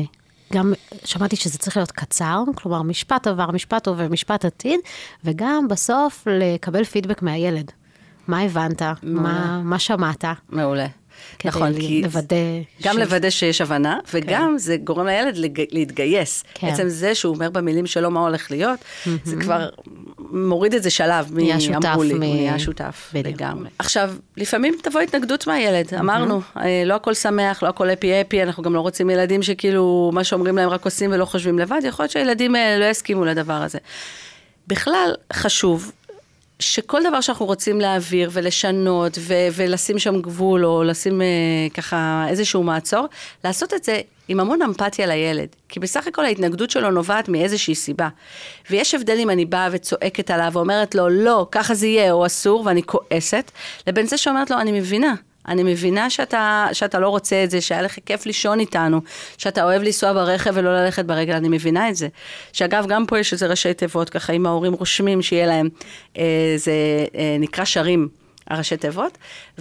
שמעתי שזה צריך להיות קצר, כלומר משפט עבר, משפט עובר, משפט עתיד, וגם בסוף לקבל פידבק מהילד. מה הבנת? מה שמעת? מעולה. נכון, כי גם לוודא שיש הבנה, וגם זה גורם לילד להתגייס. בעצם זה שהוא אומר במילים שלו מה הולך להיות, זה כבר מוריד את זה שלב, מי אמרו לי, הוא נהיה שותף לגמרי. עכשיו, לפעמים תבוא התנגדות מהילד, אמרנו, לא הכל שמח, לא הכל אפי, אנחנו גם לא רוצים ילדים שכאילו מה שאומרים להם רק עושים ולא חושבים לבד, יכול להיות שהילדים לא יסכימו לדבר הזה. בכלל חשוב, שכל דבר שאנחנו רוצים להעביר ולשנות ולשים שם גבול או לשים ככה איזשהו מעצור, לעשות את זה עם המון אמפתיה לילד. כי בסך הכל ההתנגדות שלו נובעת מאיזושהי סיבה. ויש הבדל אם אני באה וצועקת עליו ואומרת לו, לא, ככה זה יהיה או אסור ואני כועסת, לבין זה שאומרת לו, אני מבינה שאתה לא רוצה את זה, שהיה לך כיף לישון איתנו, שאתה אוהב לנסוע ברכב ולא ללכת ברגל, אני מבינה את זה. שאגב, גם פה יש איזה ראשי תיבות, ככה אם ההורים רושמים שיהיה להם, זה נקרא שרים, הראשי תיבות,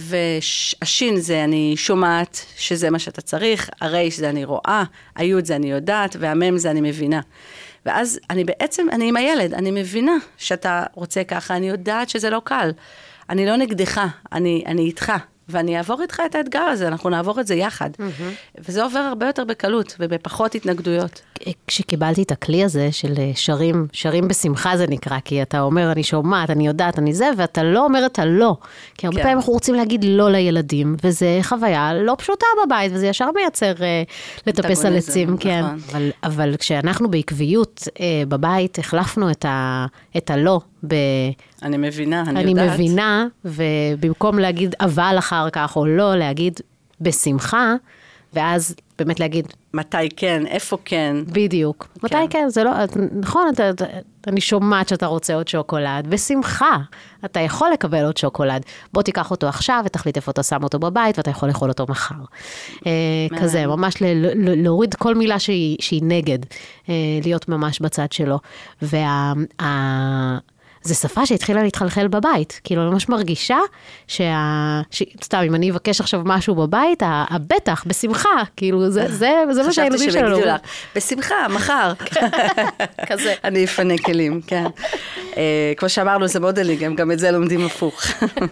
והשין זה אני שומעת שזה מה שאתה צריך, הרייש זה אני רואה, היוד זה אני יודעת, והמם זה אני מבינה. ואז אני עם הילד, אני מבינה שאתה רוצה ככה, אני יודעת שזה לא קל. אני לא נגדך, אני איתך. ואני אעבור איתך את האתגר הזה, אנחנו נעבור את זה יחד. וזה עובר הרבה יותר בקלות, ובפחות התנגדויות. כשקיבלתי את הכלי הזה של שרים בשמחה זה נקרא, כי אתה אומר, אני שומעת, אני יודעת, אני זה, ואתה לא אומר את הלא. כי הרבה פעמים אנחנו רוצים להגיד לא לילדים, וזה חוויה לא פשוטה בבית, וזה ישר מייצר לטפס על עצים, כן. אבל כשאנחנו בעקביות בבית, החלפנו את הלא, אני מבינה, אני מבינה, ובמקום להגיד אבל אחר כך, או לא, להגיד בשמחה, ואז באמת להגיד... מתי כן, איפה כן. בדיוק. כן. מתי כן, זה לא... נכון, אני שומעת שאתה רוצה עוד שוקולד, בשמחה, אתה יכול לקבל עוד שוקולד. בוא תיקח אותו עכשיו, ותחליט איפה אתה שם אותו בבית, ואתה יכול לאכול אותו מחר. כזה, ממש להוריד כל מילה שהיא נגד, להיות ממש בצד שלו. זה שפה שהתחילה להתחלחל בבית, כאילו אני ממש מרגישה סתם, אם אני אבקש עכשיו משהו בבית, הבטח, בשמחה, כאילו זה מה שהילדים שלנו. בשמחה, מחר. כזה. אני אפנה כלים, כן. כמו שאמרנו, זה מודלינג, גם את זה לומדים הפוך.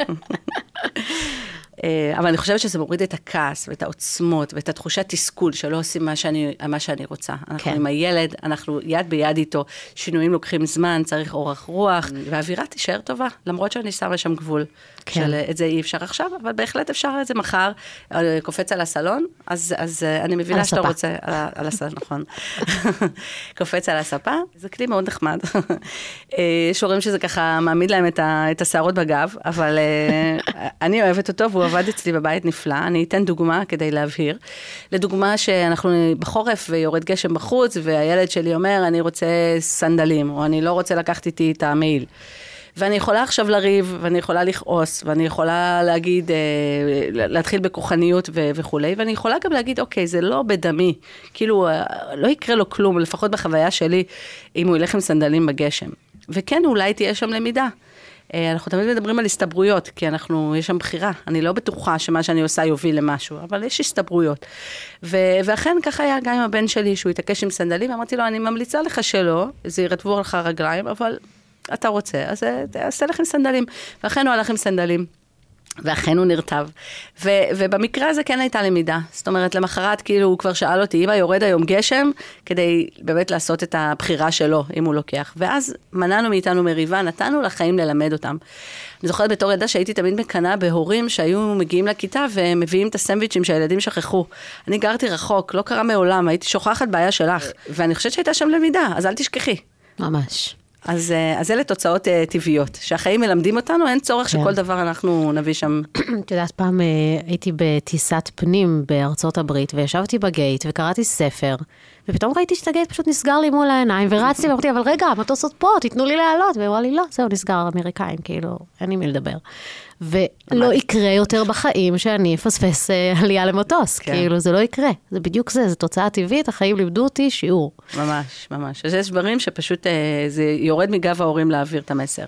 אבל אני חושבת שזה מוריד את הכעס ואת העוצמות ואת התחושת תסכול שלא עושים מה שאני רוצה. אנחנו עם הילד, אנחנו יד ביד איתו, שינויים לוקחים זמן, צריך אורך רוח, והאווירה תישאר טובה, למרות שאני שמה שם גבול. את זה אי אפשר עכשיו, אבל בהחלט אפשר את זה מחר, קופץ על הסלון, אז אני מבינה שאתה רוצה, על הסלון, נכון. קופץ על הספה, זה כלי מאוד נחמד. יש הורים שזה ככה מעמיד להם את השערות בגב, אבל אני אוהבת אותו, והוא עבד אצלי בבית נפלא. אני אתן דוגמה כדי להבהיר. לדוגמה שאנחנו בחורף ויורד גשם בחוץ, והילד שלי אומר, אני רוצה סנדלים, או אני לא רוצה לקחת איתי את המעיל. ואני יכולה עכשיו לריב, ואני יכולה לכעוס, ואני יכולה להגיד, להתחיל בכוחניות וכו', ואני יכולה גם להגיד, אוקיי, זה לא בדמי, כאילו, לא יקרה לו כלום, לפחות בחוויה שלי, אם הוא ילך עם סנדלים בגשם. וכן, אולי תהיה שם למידה. אנחנו תמיד מדברים על הסתברויות, כי יש שם בחירה. אני לא בטוחה שמה שאני עושה יוביל למשהו, אבל יש הסתברויות. ואכן ככה היה גם עם הבן שלי, שהוא התעקש עם סנדלים, אמרתי לו, אני ממליצה לך שלא, זה ירטבו לך רגליים, אבל אתה רוצה, אז תעשה לך עם סנדלים. ואכן הוא הלך עם סנדלים. ואכן הוא נרטב. ובמקרה הזה כן הייתה למידה. זאת אומרת, למחרת כאילו הוא כבר שאל אותי, אמא יורד היום גשם, כדי באמת לעשות את הבחירה שלו, אם הוא לוקח. ואז מנענו מאיתנו מריבה, נתנו לחיים ללמד אותם. אני זוכרת בתור ילדה שהייתי תמיד מקנה בהורים שהיו מגיעים לכיתה ומביאים את הסנדוויצ'ים שהילדים שכחו. אני גרתי רחוק, לא קרה מעולם, הייתי שוכחת בעיה שלך. ואני חושבת שהייתה שם למידה, אז אל תשכחי. ממש. אז אלה תוצאות טבעיות, שהחיים מלמדים אותנו, אין צורך שכל דבר אנחנו נביא שם. את יודעת, פעם הייתי בטיסת פנים בארצות הברית, וישבתי בגייט וקראתי ספר, ופתאום ראיתי שאת הגייט פשוט נסגר לי מול העיניים, ורצתי ואמרתי, אבל רגע, המטוס עוד פה, תיתנו לי לעלות, והיא אמרה לי, לא, זהו, נסגר, אמריקאים, כאילו, אין לי מי לדבר. ולא יקרה יותר בחיים שאני אפספס עלייה למטוס, כאילו, זה לא יקרה, זה בדיוק זה, זה תוצאה טבעית, החיים לימדו אותי שיעור. ממש, ממש. אז יש דברים שפשוט זה יורד מגב ההורים להעביר את המסר.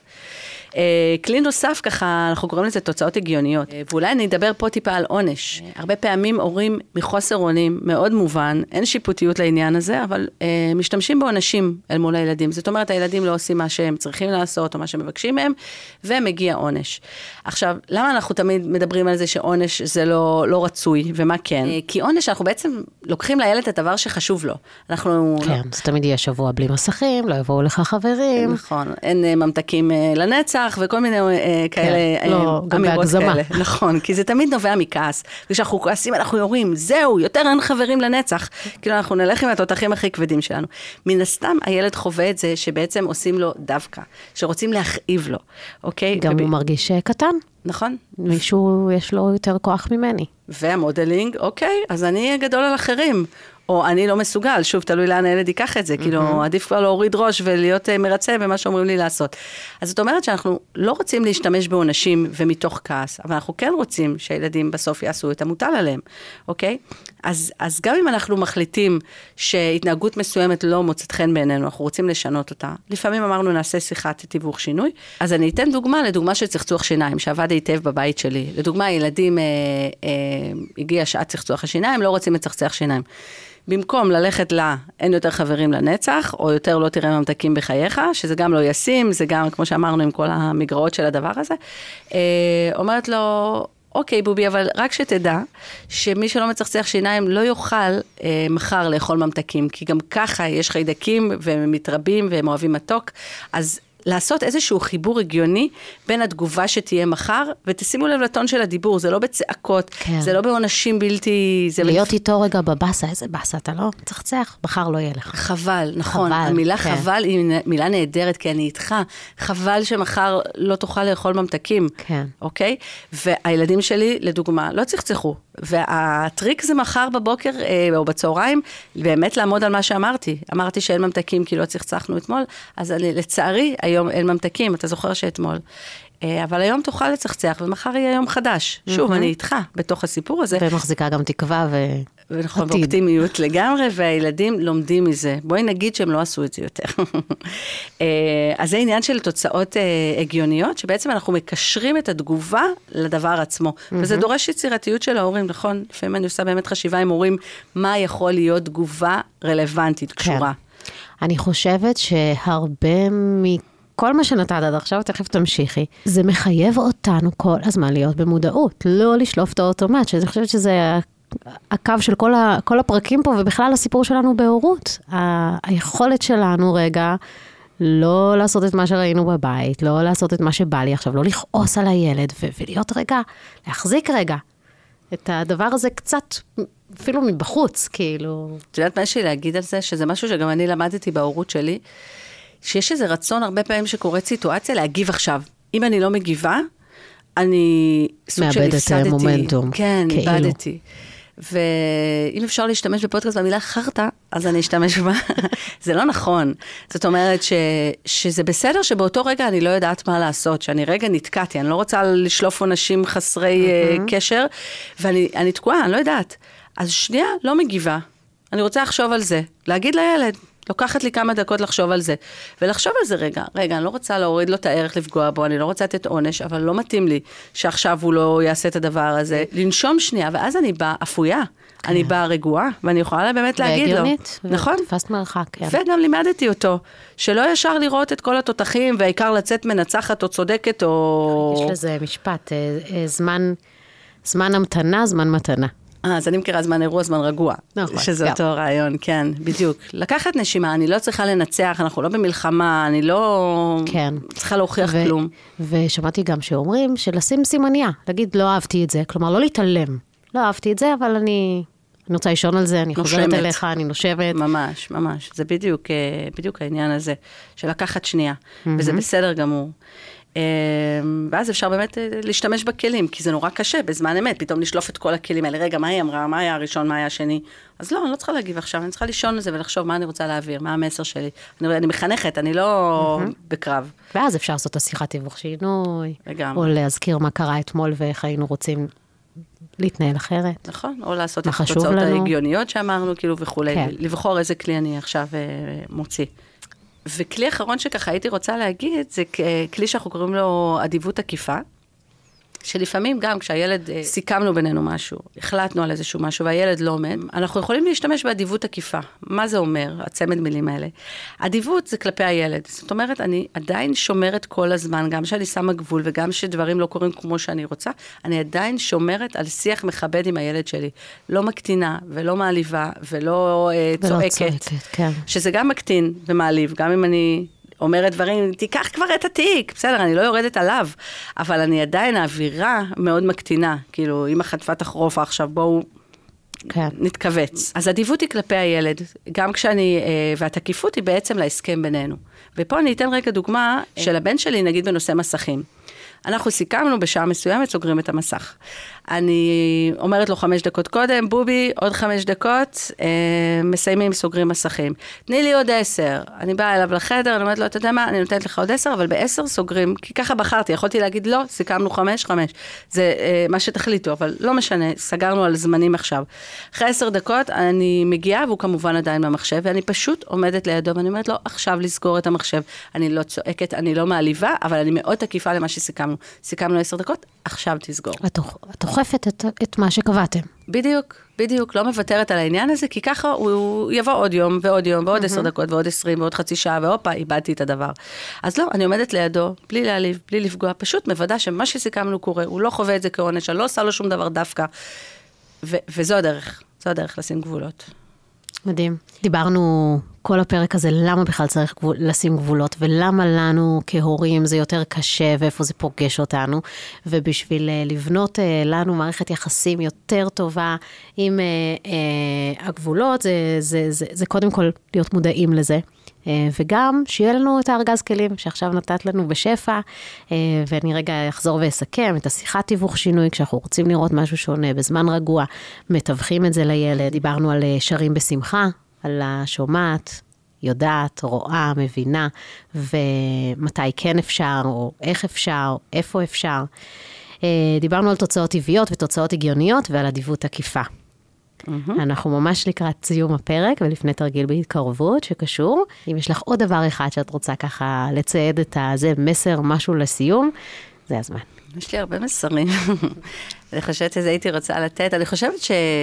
כלי נוסף ככה, אנחנו קוראים לזה תוצאות הגיוניות, ואולי אני אדבר פה טיפה על עונש. הרבה פעמים הורים מחוסר אונים, מאוד מובן, אין שיפוטיות לעניין הזה, אבל משתמשים בעונשים אל מול הילדים. זאת אומרת, הילדים לא עושים מה שהם צריכים לעשות, או מה שמבקשים מהם, ומגיע עונש. עכשיו, למה אנחנו תמיד מדברים על זה שעונש זה לא רצוי, ומה כן? כי עונש, אנחנו בעצם לוקחים לילד את הדבר שחשוב לו. אנחנו... כן, זה תמיד יהיה שבוע בלי מסכים, לא יבואו לך חברים. נכון, אין ממתקים לנצח, וכל מיני כאלה אמירות כאלה. נכון, כי זה תמיד נובע מכעס. כשאנחנו כועסים, אנחנו יורים, זהו, יותר אין חברים לנצח. כאילו אנחנו נלך עם התותחים הכי כבדים שלנו. מן הסתם, הילד חווה את זה שבעצם עושים לו דווקא, שרוצים להכאיב לו, אוקיי? גם הוא מרגיש קטן. נכון. מישהו יש לו יותר כוח ממני. והמודלינג, אוקיי, אז אני אהיה גדול על אחרים. או אני לא מסוגל, שוב, תלוי לאן הילד ייקח את זה, כאילו, עדיף כבר להוריד ראש ולהיות מרצה במה שאומרים לי לעשות. אז זאת אומרת שאנחנו לא רוצים להשתמש בעונשים ומתוך כעס, אבל אנחנו כן רוצים שהילדים בסוף יעשו את המוטל עליהם, אוקיי? אז גם אם אנחנו מחליטים שהתנהגות מסוימת לא מוצאת חן בעינינו, אנחנו רוצים לשנות אותה. לפעמים אמרנו נעשה שיחת תיווך שינוי, אז אני אתן לדוגמה של צחצוח שיניים, שעבד היטב בבית שלי. לדוגמה, ילדים הגיע שעת צחצוח השיניים, לא רוצים לצחצח שיניים. במקום ללכת אין יותר חברים לנצח, או יותר לא תראה ממתקים בחייך, שזה גם לא ישים, זה גם, כמו שאמרנו, עם כל המגרעות של הדבר הזה, אומרת לו, אוקיי בובי, אבל רק שתדע, שמי שלא מצחצח שיניים לא יוכל מחר לאכול ממתקים, כי גם ככה יש חיידקים והם מתרבים והם אוהבים מתוק, אז לעשות איזשהו חיבור הגיוני בין התגובה שתהיה מחר, ותשימו לב לטון של הדיבור, זה לא בצעקות, כן. זה לא בעונשים בלתי... להיות איתו רגע בבאסה, איזה באסה, אתה לא צחצח, מחר לא יהיה לך. חבל, נכון, המילה כן. חבל היא מילה נהדרת, כי אני איתך, חבל שמחר לא תוכל לאכול ממתקים, כן. אוקיי? והילדים שלי, לדוגמה, לא צחצחו, והטריק זה מחר בבוקר או בצהריים, באמת לעמוד על מה שאמרתי. אמרתי שאין ממתקים כי לא צחצחנו אתמול, אז לצערי היום אין ממתקים, אתה זוכר שאתמול. אבל היום תוכל לצחצח, ומחר יהיה יום חדש. שוב, אני איתך בתוך הסיפור הזה. ומחזיקה גם תקווה ונכון, באופטימיות לגמרי, והילדים לומדים מזה. בואי נגיד שהם לא עשו את זה יותר. אז זה עניין של תוצאות הגיוניות, שבעצם אנחנו מקשרים את התגובה לדבר עצמו. וזה דורש יצירתיות של ההורים, נכון? לפעמים אני עושה באמת חשיבה עם הורים, מה יכול להיות תגובה רלוונטית, קשורה. אני חושבת שהרבה כל מה שנתת עד עכשיו, תכף תמשיכי, זה מחייב אותנו כל הזמן להיות במודעות, לא לשלוף את האוטומט, שאני חושבת שזה הקו של כל הפרקים פה, ובכלל הסיפור שלנו בהורות. היכולת שלנו רגע, לא לעשות את מה שראינו בבית, לא לעשות את מה שבא לי עכשיו, לא לכעוס על הילד, ולהיות רגע, להחזיק רגע, את הדבר הזה קצת, אפילו מבחוץ, כאילו. את יודעת מה יש לי להגיד על זה? שזה משהו שגם אני למדתי בהורות שלי, שיש איזה רצון הרבה פעמים שקורית סיטואציה להגיב עכשיו. אם אני לא מגיבה, אני סוג של הפסדתי. מאבדת מומנטום. כן, איבדתי. ואם אפשר להשתמש בפודקאסט במילה חרטה, אז אני אשתמש בה. זה לא נכון. זאת אומרת שזה בסדר שבאותו רגע אני לא יודעת מה לעשות, שאני רגע נתקעתי, אני לא רוצה לשלוף אנשים חסרי קשר, ואני תקועה, אני לא יודעת. אז שנייה, לא מגיבה. אני רוצה לחשוב על זה. להגיד לילד, לוקחת לי כמה דקות לחשוב על זה, ולחשוב על זה רגע, אני לא רוצה להוריד לו את הערך לפגוע בו, אני לא רוצה לתת עונש, אבל לא מתאים לי שעכשיו הוא לא יעשה את הדבר הזה, לנשום שנייה, ואז אני באה אפויה, אני באה רגועה, ואני יכולה באמת להגיד לו. והגיונית, נכון? תפסת מרחק, כן. וגם לימדתי אותו, שלא ישר לראות את כל התותחים, והעיקר לצאת מנצחת או צודקת, או... יש לזה משפט, זמן המתנה, זמן מתנה. אז אני מכירה זמן אירוע, זמן רגוע. נכון. שזה אותו רעיון, כן, בדיוק. לקחת נשימה, אני לא צריכה לנצח, אנחנו לא במלחמה, אני לא צריכה להוכיח כלום. ושמעתי גם שאומרים שלשים סימניה, להגיד לא אהבתי את זה, כלומר לא להתעלם. לא אהבתי את זה, אבל אני רוצה לישון על זה, אני חוזרת אליך, אני נושבת. ממש, ממש. זה בדיוק העניין הזה, של לקחת שנייה, וזה בסדר גמור. ואז אפשר באמת להשתמש בכלים, כי זה נורא קשה בזמן אמת, פתאום לשלוף את כל הכלים האלה, רגע, מה היא אמרה, מה היה הראשון, מה היה השני, אז לא, אני לא צריכה להגיב עכשיו, אני צריכה לישון על זה ולחשוב מה אני רוצה להעביר, מה המסר שלי, אני מחנכת, אני לא בקרב. ואז אפשר לעשות השיחת תיווך שינוי, או להזכיר מה קרה אתמול ואיך היינו רוצים להתנהל אחרת. נכון, או לעשות את התוצאות ההגיוניות שאמרנו, כאילו וכולי, לבחור איזה כלי אני עכשיו מוציא. וכלי אחרון שככה הייתי רוצה להגיד, זה כלי שאנחנו קוראים לו אדיבות עקיפה, שלפעמים גם כשהילד, סיכמנו בינינו משהו, החלטנו על איזשהו משהו, והילד לא עומד, אנחנו יכולים להשתמש באדיבות עקיפה. מה זה אומר, הצמד מילים האלה? אדיבות זה כלפי הילד. זאת אומרת, אני עדיין שומרת כל הזמן, גם שאני שמה גבול, וגם שדברים לא קורים כמו שאני רוצה, אני עדיין שומרת על שיח מכבד עם הילד שלי. לא מקטינה, ולא מעליבה, ולא צועקת. כן. שזה גם מקטין ומעליב, גם אם אני... אומרת דברים, תיקח כבר את התיק, בסדר, אני לא יורדת עליו, אבל אני עדיין, האווירה מאוד מקטינה, כאילו, אמא חטפה תחרופה עכשיו, בואו נתכווץ. אז אדיבות היא כלפי הילד, גם כשאני, והתקיפות היא בעצם להסכם בינינו. ופה אני אתן רגע דוגמה של הבן שלי, נגיד בנושא מסכים. אנחנו סיכמנו בשעה מסוימת, סוגרים את המסך. אני אומרת לו 5 דקות קודם, בובי, עוד 5 דקות, מסיימים, סוגרים מסכים. תני לי עוד 10. אני באה אליו לחדר, אני אומרת לו, אתה יודע מה, אני נותנת לך עוד 10, אבל ב10 סוגרים, כי ככה בחרתי, יכולתי להגיד לא, סיכמנו 5. זה מה שתחליטו, אבל לא משנה, סגרנו על זמנים עכשיו. אחרי 10 דקות, אני מגיעה, והוא כמובן עדיין במחשב, ואני פשוט עומדת לידו, ואני אומרת לו, עכשיו לסגור את המחשב. אני לא צועקת, אני לא מעליבה, אבל אני מאוד תקיפה למה שסיכמנו. סיכמנו 10 דקות, עכשיו תסגור. את אוכפת את מה שקבעתם. בדיוק, לא מוותרת על העניין הזה, כי ככה הוא יבוא עוד יום ועוד יום, ועוד 10 דקות, ועוד 20, ועוד חצי שעה, והופה, איבדתי את הדבר. אז לא, אני עומדת לידו, בלי להעליב, בלי לפגוע, פשוט מוודא שמה שסיכמנו קורה, הוא לא חווה את זה כעונש, אני לא עושה לו שום דבר דווקא, וזו הדרך לשים גבולות. מדהים. דיברנו כל הפרק הזה, למה בכלל צריך לשים גבולות, ולמה לנו כהורים זה יותר קשה, ואיפה זה פוגש אותנו, ובשביל לבנות לנו מערכת יחסים יותר טובה עם הגבולות, זה קודם כל להיות מודעים לזה, וגם שיהיה לנו את הארגז כלים שעכשיו נתת לנו בשפע, ואני רגע אחזור ואסכם את השיחת תיווך שינוי, כשאנחנו רוצים לראות משהו שונה, בזמן רגוע, מתווכים את זה לילד, דיברנו על שרים בשמחה, על השומעת, יודעת, רואה, מבינה, ומתי כן אפשר, או איך אפשר, איפה אפשר. דיברנו על תוצאות טבעיות ותוצאות הגיוניות, ועל אדיבות עקיפה. אנחנו ממש לקראת סיום הפרק, ולפני תרגיל בהתקרבות שקשור. אם יש לך עוד דבר אחד שאת רוצה ככה לצייד את זה, מסר, משהו לסיום, זה הזמן. יש לי הרבה מסרים. אני חושבת שזה הייתי רוצה לתת. אני חושבת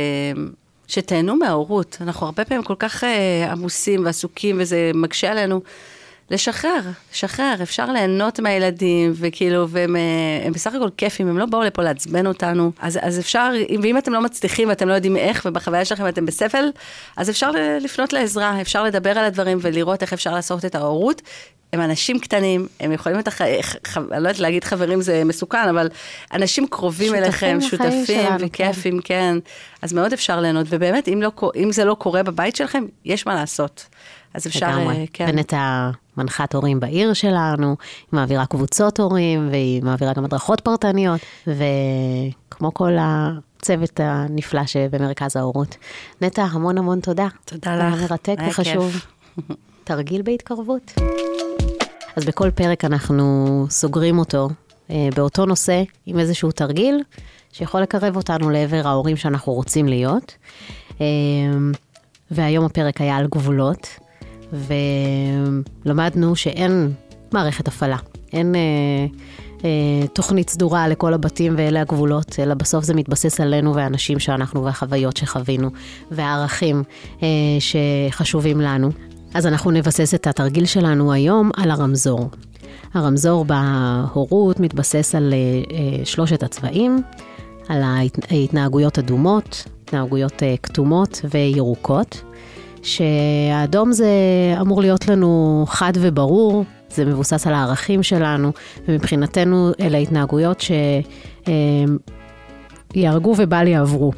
שתהנו מההורות. אנחנו הרבה פעמים כל כך עמוסים ועסוקים, וזה מקשה עלינו. לשחרר, אפשר ליהנות מהילדים, וכאילו, והם בסך הכל כיפים, הם לא באו לפה לעצבן אותנו, אז אפשר, ואם אתם לא מצליחים, ואתם לא יודעים איך, ובחוויה שלכם אתם בספל, אז אפשר לפנות לעזרה, אפשר לדבר על הדברים, ולראות איך אפשר לעשות את ההורות. הם אנשים קטנים, הם יכולים אני לא יודעת להגיד חברים זה מסוכן, אבל אנשים קרובים אליכם, שותפים וכיפים, כן. אז מאוד אפשר ליהנות, ובאמת, אם זה לא קורה בבית שלכם, יש מה לעשות. אז אפשר, כן. ונטע מנחת הורים בעיר שלנו, היא מעבירה קבוצות הורים, והיא מעבירה גם הדרכות פרטניות, וכמו כל הצוות הנפלא שבמרכז ההורות. נטע, המון תודה. תודה לך. מרתק וחשוב. תרגיל בהתקרבות. אז בכל פרק אנחנו סוגרים אותו באותו נושא, עם איזשהו תרגיל, שיכול לקרב אותנו לעבר ההורים שאנחנו רוצים להיות. והיום הפרק היה על גבולות, ולמדנו שאין מערכת הפעלה, אין תוכנית סדורה לכל הבתים ואלה הגבולות, אלא בסוף זה מתבסס עלינו והאנשים שאנחנו והחוויות שחווינו, והערכים שחשובים לנו. אז אנחנו נבסס את התרגיל שלנו היום על הרמזור. הרמזור בהורות מתבסס על 3 הצבעים, על ההתנהגויות אדומות, התנהגויות כתומות וירוקות, שהאדום זה אמור להיות לנו חד וברור, זה מבוסס על הערכים שלנו, ומבחינתנו אלה התנהגויות שיהרגו ובל יעברו.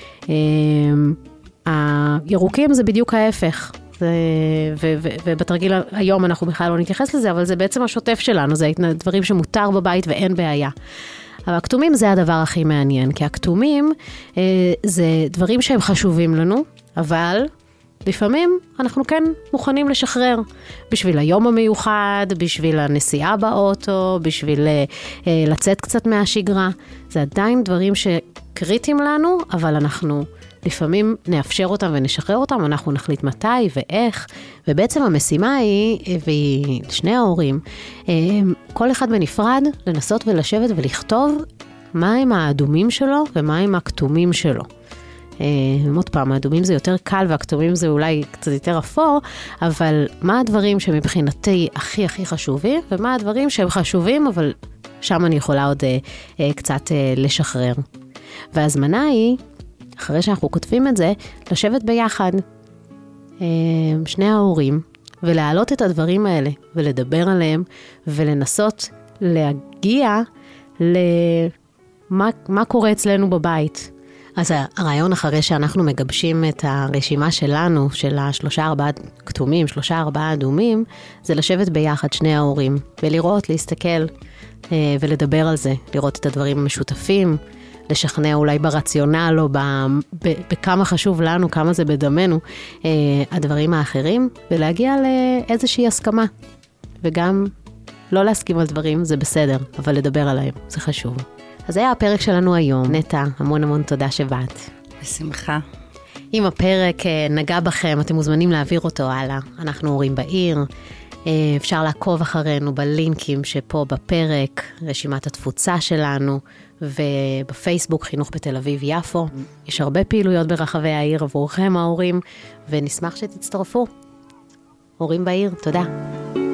הירוקים זה בדיוק ההפך, ובתרגיל היום אנחנו בכלל לא נתייחס לזה, אבל זה בעצם השוטף שלנו, זה דברים שמותר בבית ואין בעיה. אבל הכתומים זה הדבר הכי מעניין, כי הכתומים זה דברים שהם חשובים לנו, אבל לפעמים אנחנו כן מוכנים לשחרר, בשביל היום המיוחד, בשביל הנסיעה באוטו, בשביל לצאת קצת מהשגרה. זה עדיין דברים שקריטיים לנו, אבל אנחנו לפעמים נאפשר אותם ונשחרר אותם, אנחנו נחליט מתי ואיך, ובעצם המשימה היא, והיא לשני ההורים, כל אחד בנפרד, לנסות ולשבת ולכתוב מה הם האדומים שלו ומה הם הכתומים שלו. עוד פעם, האדומים זה יותר קל והכתומים זה אולי קצת יותר אפור, אבל מה הדברים שמבחינתי הכי הכי חשובים, ומה הדברים שהם חשובים, אבל שם אני יכולה עוד קצת לשחרר. והזמנה היא, אחרי שאנחנו כותבים את זה, לשבת ביחד, שני ההורים, ולהעלות את הדברים האלה, ולדבר עליהם, ולנסות להגיע למה קורה אצלנו בבית. אז הרעיון אחרי שאנחנו מגבשים את הרשימה שלנו, של 3-4 כתומים, 3-4 אדומים, זה לשבת ביחד שני ההורים, ולראות, להסתכל ולדבר על זה, לראות את הדברים המשותפים, לשכנע אולי ברציונל או בכמה חשוב לנו, כמה זה בדמנו, הדברים האחרים, ולהגיע לאיזושהי הסכמה. וגם לא להסכים על דברים, זה בסדר, אבל לדבר עליהם, זה חשוב. אז זה היה הפרק שלנו היום. נטע, המון המון תודה שבאת. בשמחה. אם הפרק נגע בכם, אתם מוזמנים להעביר אותו הלאה. אנחנו הורים בעיר. אפשר לעקוב אחרינו בלינקים שפה בפרק, רשימת התפוצה שלנו, ובפייסבוק חינוך בתל אביב יפו. יש הרבה פעילויות ברחבי העיר עבורכם ההורים, ונשמח שתצטרפו. הורים בעיר, תודה.